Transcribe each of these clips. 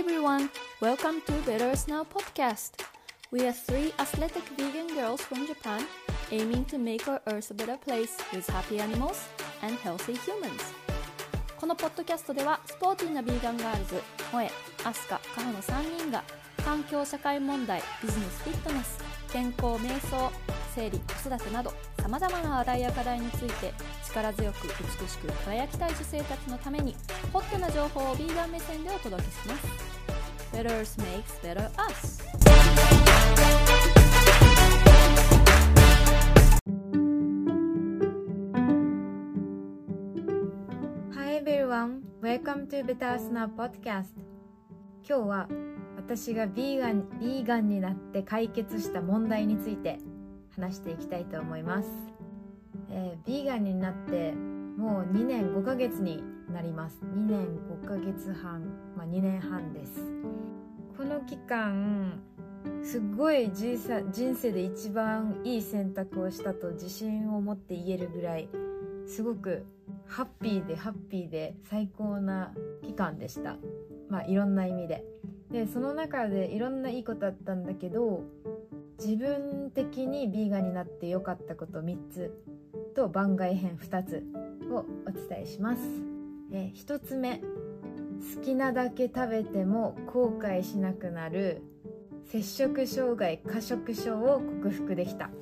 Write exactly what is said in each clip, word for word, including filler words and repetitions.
everyone, welcome to Better Us Now podcast. We are three athletic vegan girls from Japan aiming to make our earth a better place with happy animals and healthy humans. このポッドキャストではスポーティーなビーガンガールズ、萌え、アスカ、カホのさんにんが環境社会問題、ビジネスフィットネス、健康瞑想、生理、子育てなどさまざまな話題や課題について力強く美しく輝きたい女性たちのためにホットな情報をビーガン目線でお届けします。 Better Earth makes better us. Hi everyone, welcome to Better Us Now podcast. 今日は私がビーガン、ビーガンになって解決した問題について話していきたいと思います。えー、ビーガンになってもうにねんごかげつになります。にねんごかげつはん、まあ、にねんはんです。この期間すっごい人生で一番いい選択をしたと自信を持って言えるぐらいすごくハッピーでハッピーで最高な期間でした。まあいろんな意味で。でその中でいろんないいことあったんだけど、自分的にビーガンになって良かったことみっつと番外編ふたつをお伝えします。えひとつめ、好きなだけ食べても後悔しなくなる摂食障害過食症を克服できた。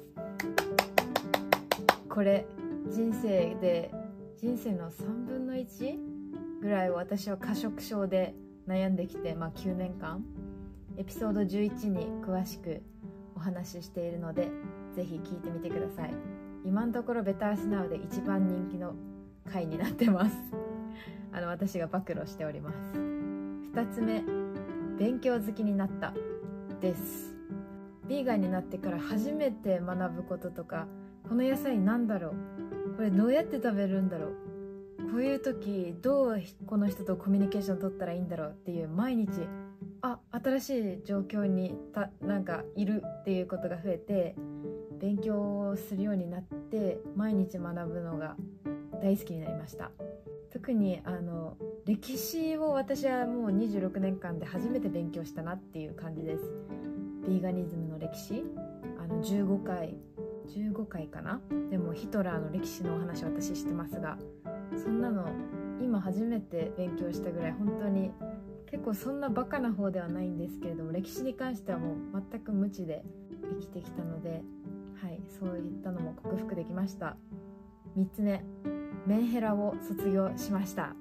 これ人生で人生のさんぶんのいちぐらいを私は過食症で悩んできて、まあ、きゅうねんかんエピソードじゅういちに詳しくお話ししているのでぜひ聞いてみてください。今のところベタースナウで一番人気の回になってますあの私が暴露しております。ふたつめ、勉強好きになったです。ビーガンになってから初めて学ぶこととか、この野菜なんだろう、これどうやって食べるんだろう、こういう時どうこの人とコミュニケーション取ったらいいんだろうっていう、毎日あ新しい状況にたなんかいるっていうことが増えて勉強するようになって、毎日学ぶのが大好きになりました。特にあの歴史を私はもうにじゅうろくねんかんで初めて勉強したなっていう感じです。ビーガニズムの歴史、あのじゅうごかいじゅうごかいかな。でもヒトラーの歴史のお話私してますが、そんなの今初めて勉強したぐらい、本当に結構そんなバカな方ではないんですけれども、歴史に関してはもう全く無知で生きてきたので、はい、そういったのも克服できました。みっつめ、メンヘラを卒業しました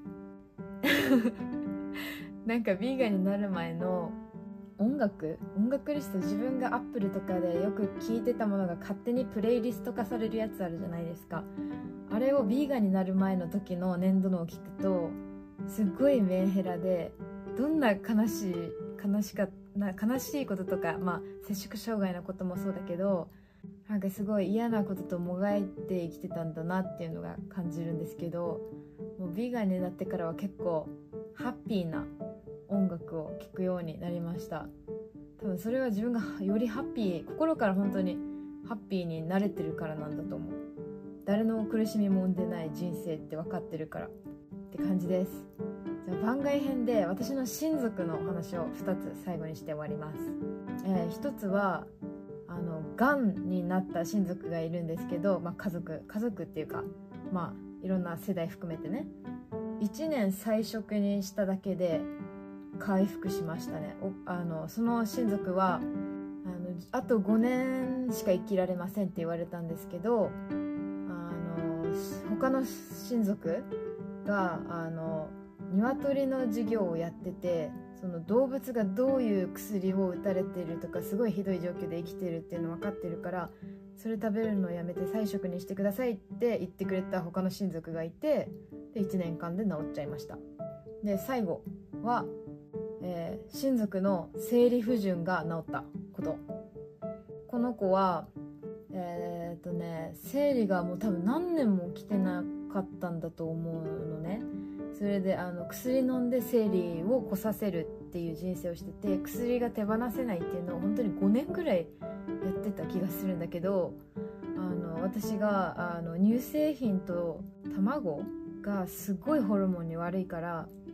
なんかビーガンになる前の音楽音楽リスト、自分がアップルとかでよく聴いてたものが勝手にプレイリスト化されるやつあるじゃないですか。あれをビーガンになる前の時の年度のを聞くとすっごいメンヘラで、どんな悲しい悲しかな悲しいこととか、まあ摂食障害のこともそうだけど、なんかすごい嫌なことともがいて生きてたんだなっていうのが感じるんですけど、もうビーガンになってからは結構ハッピーな音楽を聴くようになりました。多分それは自分がよりハッピー、心から本当にハッピーになれてるからなんだと思う。誰の苦しみも生んでない人生って分かってるからって感じです。じゃあ番外編で私の親族のお話をふたつ最後にして終わります。えー、ひとつはあのがんになった親族がいるんですけど、まあ、家族家族っていうか、まあいろんな世代含めてね、いちねん菜食にしただけで回復しましたね。おあのその親族はあのあとごねんしか生きられませんって言われたんですけど、あの他の親族があの鶏の事業をやってて、その動物がどういう薬を打たれてるとか、すごいひどい状況で生きてるっていうの分かってるから、それ食べるのをやめて菜食にしてくださいって言ってくれた他の親族がいて、でいちねんかんで治っちゃいました。で最後は、えー、親族の生理不順が治ったこと。この子はえー、っとね生理がもう多分何年も来てなかったんだと思うのね。それであの薬飲んで生理を来させるっていう人生をしてて、薬が手放せないっていうのを本当にごねんぐらいやってた気がするんだけど、あの私があの乳製品と卵がすごいホルモンに悪いから、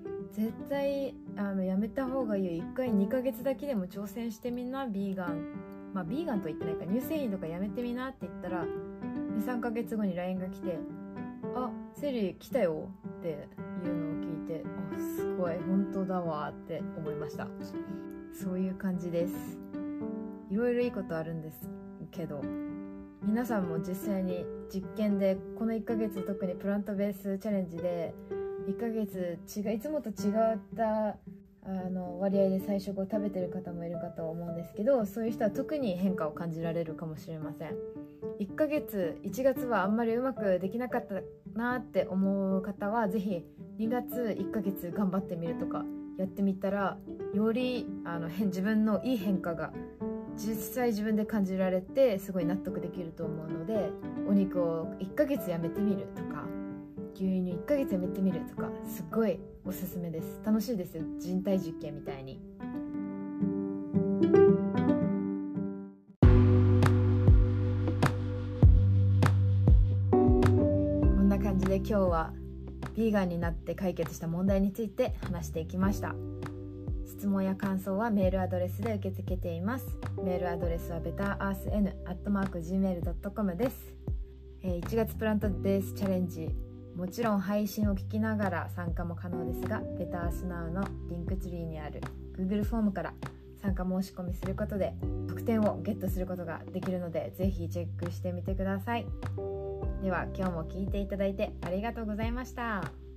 絶対あのやめた方がいいよ。いっかいにかげつだけでも挑戦してみな、ビーガン。まあビーガンと言ってないか、乳製品とかやめてみなって言ったら、にさんかげつごに ライン が来て、あ、セリ来たよっていうのを聞いて、あ、すごい本当だわって思いました。そういう感じです。いろいろいいことあるんですけど、皆さんも実際に実験でこのいっかげつ、特にプラントベースチャレンジでいっかげつ違ういつもと違ったあの割合で菜食を食べてる方もいるかと思うんですけど、そういう人は特に変化を感じられるかもしれません。いっかげついちがつはあんまりうまくできなかったなって思う方は、ぜひにがついっかげつ頑張ってみるとかやってみたら、よりあの自分のいい変化が実際自分で感じられて、すごい納得できると思うので、お肉をいっかげつやめてみるとか、牛乳いっかげつやめてみるとか、すごいおすすめです。楽しいですよ、人体実験みたいに。こんな感じで今日はビーガンになって解決した問題について話していきました。質問や感想はメールアドレスで受け付けています。メールアドレスは ベターアースエヌ アットマーク ジーメール ドットコム です。いちがつプラントベースチャレンジ、もちろん配信を聞きながら参加も可能ですが、ベタースナウのリンクツリーにある Google フォームから参加申し込みすることで特典をゲットすることができるので、ぜひチェックしてみてください。では今日も聞いていただいてありがとうございました。